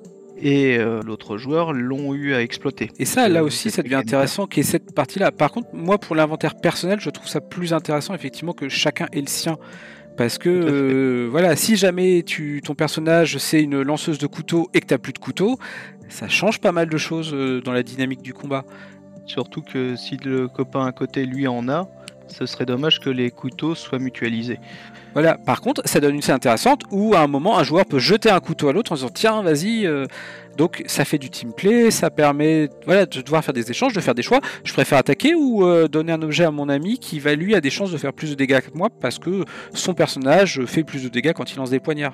S2: et l'autre joueur l'ont eu à exploiter.
S1: Et ça, là aussi, ça devient intéressant qu'il y ait cette partie-là. Par contre, moi, pour l'inventaire personnel, je trouve ça plus intéressant, effectivement, que chacun ait le sien. Parce que, voilà, si jamais ton personnage, c'est une lanceuse de couteau et que t'as plus de couteau, ça change pas mal de choses dans la dynamique du combat.
S2: Surtout que si le copain à côté, lui, en a, ce serait dommage que les couteaux soient mutualisés.
S1: Voilà, par contre, ça donne une scène intéressante où à un moment, un joueur peut jeter un couteau à l'autre en disant tiens, vas-y. Donc ça fait du teamplay, ça permet de devoir faire des échanges, de faire des choix. Je préfère attaquer ou donner un objet à mon ami qui va lui a des chances de faire plus de dégâts que moi parce que son personnage fait plus de dégâts quand il lance des poignards.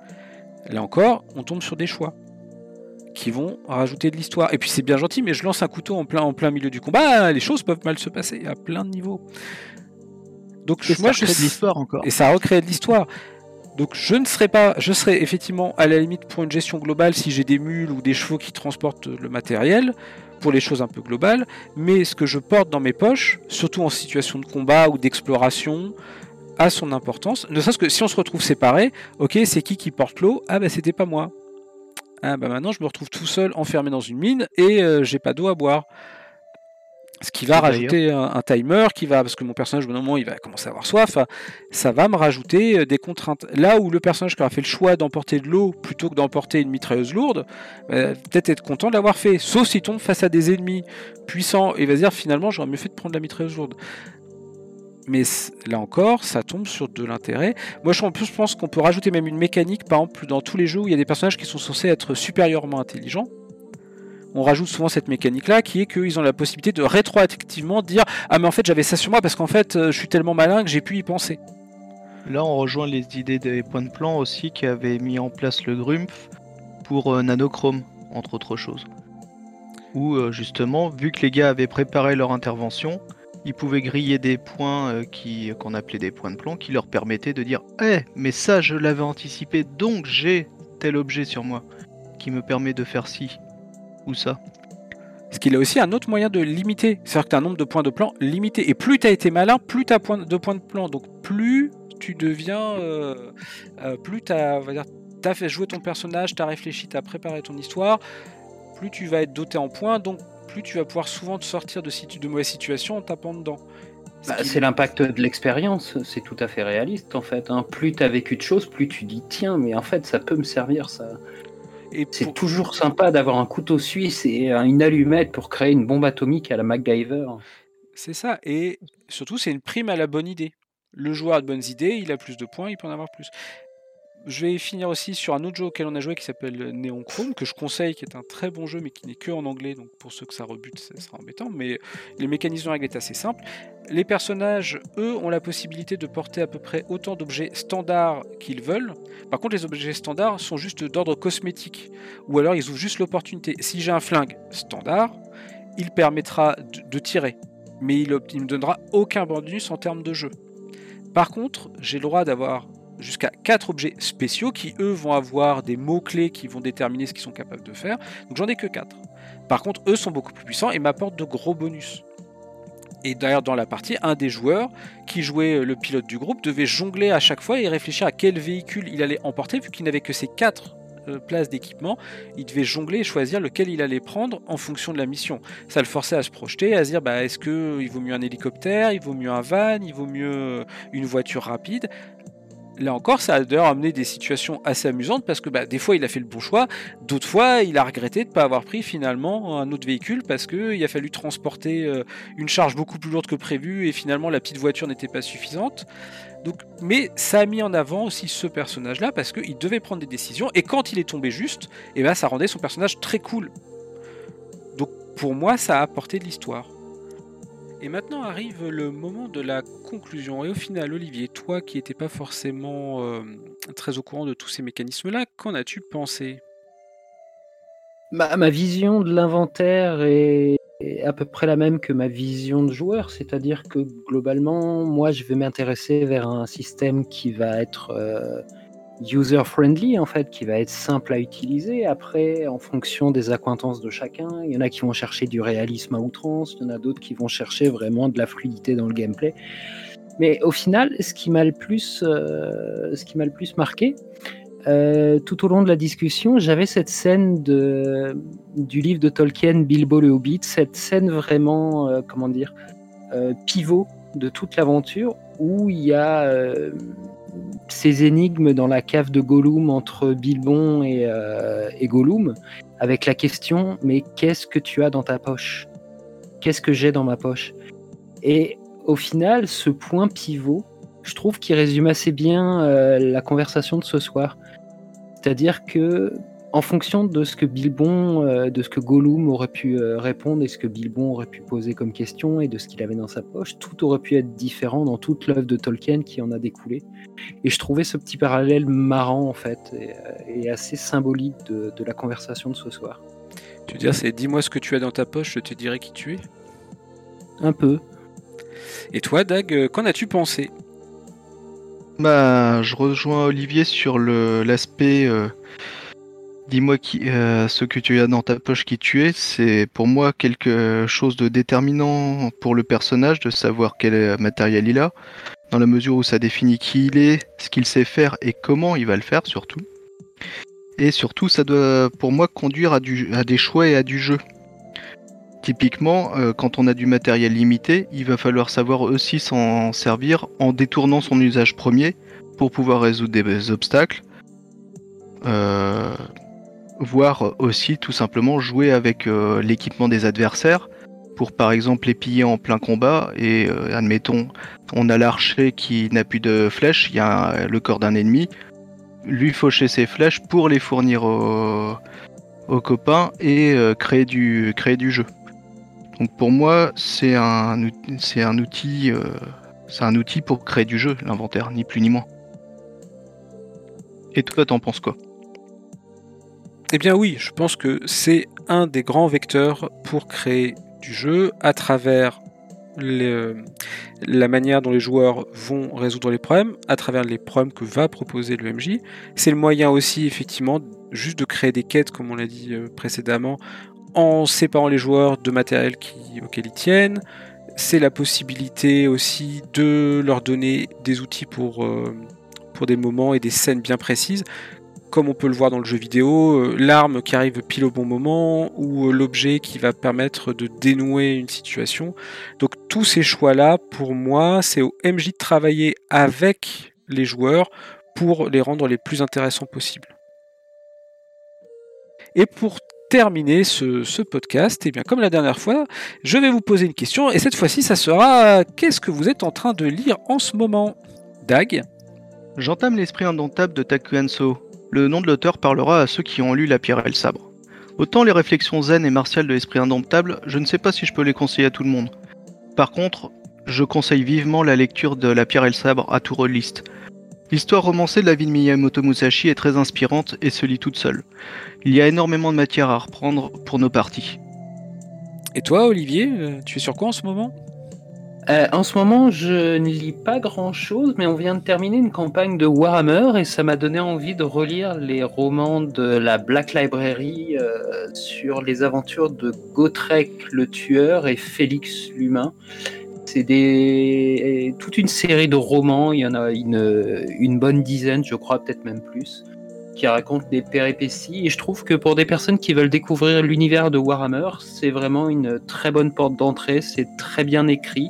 S1: Là encore, on tombe sur des choix qui vont rajouter de l'histoire. Et puis c'est bien gentil, mais je lance un couteau en plein milieu du combat, les choses peuvent mal se passer à plein de niveaux. Donc
S2: et moi, ça recrée de l'histoire encore.
S1: Et ça recrée de l'histoire. Donc je serais effectivement à la limite pour une gestion globale si j'ai des mules ou des chevaux qui transportent le matériel. pour les choses un peu globales, mais ce que je porte dans mes poches, surtout en situation de combat ou d'exploration, a son importance. Ne serait-ce que si on se retrouve séparés, ok, c'est qui porte l'eau? Ah bah c'était pas moi. Ah bah maintenant je me retrouve tout seul enfermé dans une mine et j'ai pas d'eau à boire. Ce qui va rajouter un timer, parce que mon personnage, au bout d'un moment, il va commencer à avoir soif. Ça va me rajouter des contraintes. Là où le personnage qui aura fait le choix d'emporter de l'eau plutôt que d'emporter une mitrailleuse lourde, peut-être être content de l'avoir fait. Sauf s'il tombe face à des ennemis puissants et va se dire finalement, j'aurais mieux fait de prendre la mitrailleuse lourde. Mais là encore, ça tombe sur de l'intérêt. Moi, je pense qu'on peut rajouter même une mécanique, par exemple, dans tous les jeux où il y a des personnages qui sont censés être supérieurement intelligents. On rajoute souvent cette mécanique-là, qui est qu'ils ont la possibilité de rétroactivement dire « Ah mais en fait j'avais ça sur moi parce qu'en fait je suis tellement malin que j'ai pu y penser ».
S2: Là on rejoint les idées des points de plan aussi qui avaient mis en place le Grumpf pour Nanochrome, entre autres choses. Où justement, vu que les gars avaient préparé leur intervention, ils pouvaient griller des points qu'on appelait des points de plan qui leur permettaient de dire « Eh, mais ça je l'avais anticipé, donc j'ai tel objet sur moi qui me permet de faire ci ». Ou ça.
S1: Parce qu'il a aussi un autre moyen de limiter. C'est-à-dire que tu as un nombre de points de plan limité. Et plus tu as été malin, plus tu as de points de plan. Donc plus tu deviens... plus tu as fait jouer ton personnage, tu as réfléchi, tu as préparé ton histoire, plus tu vas être doté en points, donc plus tu vas pouvoir souvent te sortir de mauvaises situations en tapant dedans.
S3: C'est l'impact de l'expérience, c'est tout à fait réaliste en fait. Plus tu as vécu de choses, plus tu dis tiens, mais en fait ça peut me servir ça. C'est toujours sympa d'avoir un couteau suisse et une allumette pour créer une bombe atomique à la MacGyver.
S1: C'est ça, et surtout c'est une prime à la bonne idée. Le joueur a de bonnes idées, il a plus de points, il peut en avoir plus. Je vais finir aussi sur un autre jeu auquel on a joué qui s'appelle Neon Chrome, que je conseille, qui est un très bon jeu mais qui n'est que en anglais, donc pour ceux que ça rebute, ça sera embêtant, mais les mécanismes de règle est assez simple. Les personnages, eux, ont la possibilité de porter à peu près autant d'objets standards qu'ils veulent. Par contre, les objets standards sont juste d'ordre cosmétique, ou alors ils ouvrent juste l'opportunité. Si j'ai un flingue standard, il permettra de tirer, mais il ne me donnera aucun bonus en termes de jeu. Par contre, j'ai le droit d'avoir jusqu'à 4 objets spéciaux qui, eux, vont avoir des mots-clés qui vont déterminer ce qu'ils sont capables de faire. Donc j'en ai que 4. Par contre, eux sont beaucoup plus puissants et m'apportent de gros bonus. Et d'ailleurs, dans la partie, un des joueurs qui jouait le pilote du groupe devait jongler à chaque fois et réfléchir à quel véhicule il allait emporter, vu qu'il n'avait que ces 4 places d'équipement. Il devait jongler et choisir lequel il allait prendre en fonction de la mission. Ça le forçait à se projeter, à se dire est-ce qu'il vaut mieux un hélicoptère, il vaut mieux un van, il vaut mieux une voiture rapide. Là encore, ça a d'ailleurs amené des situations assez amusantes parce que des fois il a fait le bon choix, d'autres fois il a regretté de ne pas avoir pris finalement un autre véhicule parce qu'il a fallu transporter une charge beaucoup plus lourde que prévu et finalement la petite voiture n'était pas suffisante. Donc, mais ça a mis en avant aussi ce personnage-là parce qu'il devait prendre des décisions et quand il est tombé juste, ça rendait son personnage très cool. Donc pour moi, ça a apporté de l'histoire. Et maintenant arrive le moment de la conclusion. Et au final, Olivier, toi qui n'étais pas forcément très au courant de tous ces mécanismes-là, qu'en as-tu pensé ?
S3: Ma vision de l'inventaire est à peu près la même que ma vision de joueur, c'est-à-dire que globalement, moi je vais m'intéresser vers un système qui va être user-friendly en fait, qui va être simple à utiliser. Après, en fonction des accointances de chacun, il y en a qui vont chercher du réalisme à outrance, il y en a d'autres qui vont chercher vraiment de la fluidité dans le gameplay. Mais au final, ce qui m'a le plus marqué, tout au long de la discussion, j'avais cette scène du livre de Tolkien, Bilbo le Hobbit, cette scène vraiment, pivot de toute l'aventure, où il y a ces énigmes dans la cave de Gollum entre Bilbon et Gollum, avec la question « mais qu'est-ce que tu as dans ta poche ? Qu'est-ce que j'ai dans ma poche ?» Et au final, ce point pivot, je trouve qu'il résume assez bien la conversation de ce soir. C'est-à-dire que, en fonction de ce que de ce que Gollum aurait pu répondre et ce que Bilbon aurait pu poser comme question et de ce qu'il avait dans sa poche, tout aurait pu être différent dans toute l'œuvre de Tolkien qui en a découlé. Et je trouvais ce petit parallèle marrant en fait et assez symbolique de la conversation de ce soir.
S1: Tu veux dire, c'est dis-moi ce que tu as dans ta poche, je te dirai qui tu es ?
S3: Un peu.
S1: Et toi, Dag, qu'en as-tu pensé ?
S2: Je rejoins Olivier sur l'aspect Dis-moi ce que tu as dans ta poche qui tu es, c'est pour moi quelque chose de déterminant pour le personnage de savoir quel matériel il a, dans la mesure où ça définit qui il est, ce qu'il sait faire et comment il va le faire surtout. Et surtout, ça doit pour moi conduire à des choix et à du jeu. Typiquement, quand on a du matériel limité, il va falloir savoir aussi s'en servir en détournant son usage premier pour pouvoir résoudre des obstacles. Voire aussi tout simplement jouer avec l'équipement des adversaires pour par exemple les piller en plein combat et admettons on a l'archer qui n'a plus de flèches, il y a le corps d'un ennemi, lui faucher ses flèches pour les fournir aux copains et créer du jeu. Donc pour moi c'est un outil pour créer du jeu, l'inventaire, ni plus ni moins. Et toi t'en penses quoi?
S1: Eh bien oui, je pense que c'est un des grands vecteurs pour créer du jeu à travers la manière dont les joueurs vont résoudre les problèmes, à travers les problèmes que va proposer le MJ. C'est le moyen aussi, effectivement, juste de créer des quêtes, comme on l'a dit précédemment, en séparant les joueurs de matériel auquel ils tiennent. C'est la possibilité aussi de leur donner des outils pour des moments et des scènes bien précises. Comme on peut le voir dans le jeu vidéo, l'arme qui arrive pile au bon moment ou l'objet qui va permettre de dénouer une situation. Donc tous ces choix-là, pour moi, c'est au MJ de travailler avec les joueurs pour les rendre les plus intéressants possibles. Et pour terminer ce podcast, et bien comme la dernière fois, je vais vous poser une question et cette fois-ci, ça sera qu'est-ce que vous êtes en train de lire en ce moment, Dag?
S2: J'entame l'esprit indomptable de Takuan-So. Le nom de l'auteur parlera à ceux qui ont lu La Pierre et le Sabre. Autant les réflexions zen et martiales de l'esprit indomptable, je ne sais pas si je peux les conseiller à tout le monde. Par contre, je conseille vivement la lecture de La Pierre et le Sabre à tout rôliste. L'histoire romancée de la vie de Miyamoto Musashi est très inspirante et se lit toute seule. Il y a énormément de matière à reprendre pour nos parties.
S1: Et toi, Olivier, tu es sur quoi en ce moment ?
S3: En ce moment, je ne lis pas grand-chose, mais on vient de terminer une campagne de Warhammer et ça m'a donné envie de relire les romans de la Black Library sur les aventures de Gotrek le tueur et Félix l'humain. C'est toute une série de romans, il y en a une bonne dizaine, je crois, peut-être même plus, qui racontent des péripéties. Et je trouve que pour des personnes qui veulent découvrir l'univers de Warhammer, c'est vraiment une très bonne porte d'entrée, c'est très bien écrit.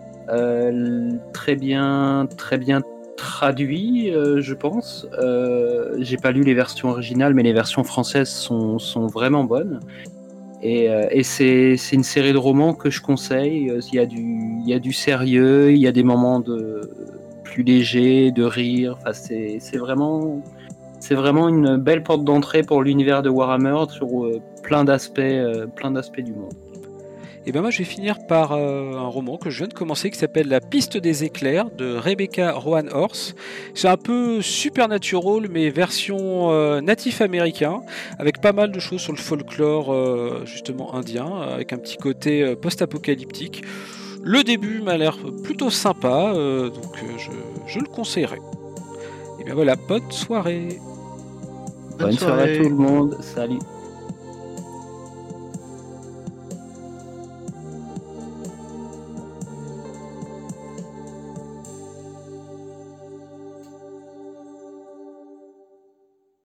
S3: Très bien traduit, je pense. J'ai pas lu les versions originales, mais les versions françaises sont vraiment bonnes. Et c'est une série de romans que je conseille. Il y a du sérieux, il y a des moments plus légers, de rire. Enfin, c'est vraiment une belle porte d'entrée pour l'univers de Warhammer sur plein d'aspects du monde.
S1: Et ben moi je vais finir par un roman que je viens de commencer qui s'appelle La piste des éclairs de Rebecca Rowan Horse. C'est un peu supernatural mais version natif américain avec pas mal de choses sur le folklore justement indien avec un petit côté post-apocalyptique. Le début m'a l'air plutôt sympa donc je le conseillerais. Et bien voilà, bonne soirée.
S3: Bonne soirée à tout le monde, salut.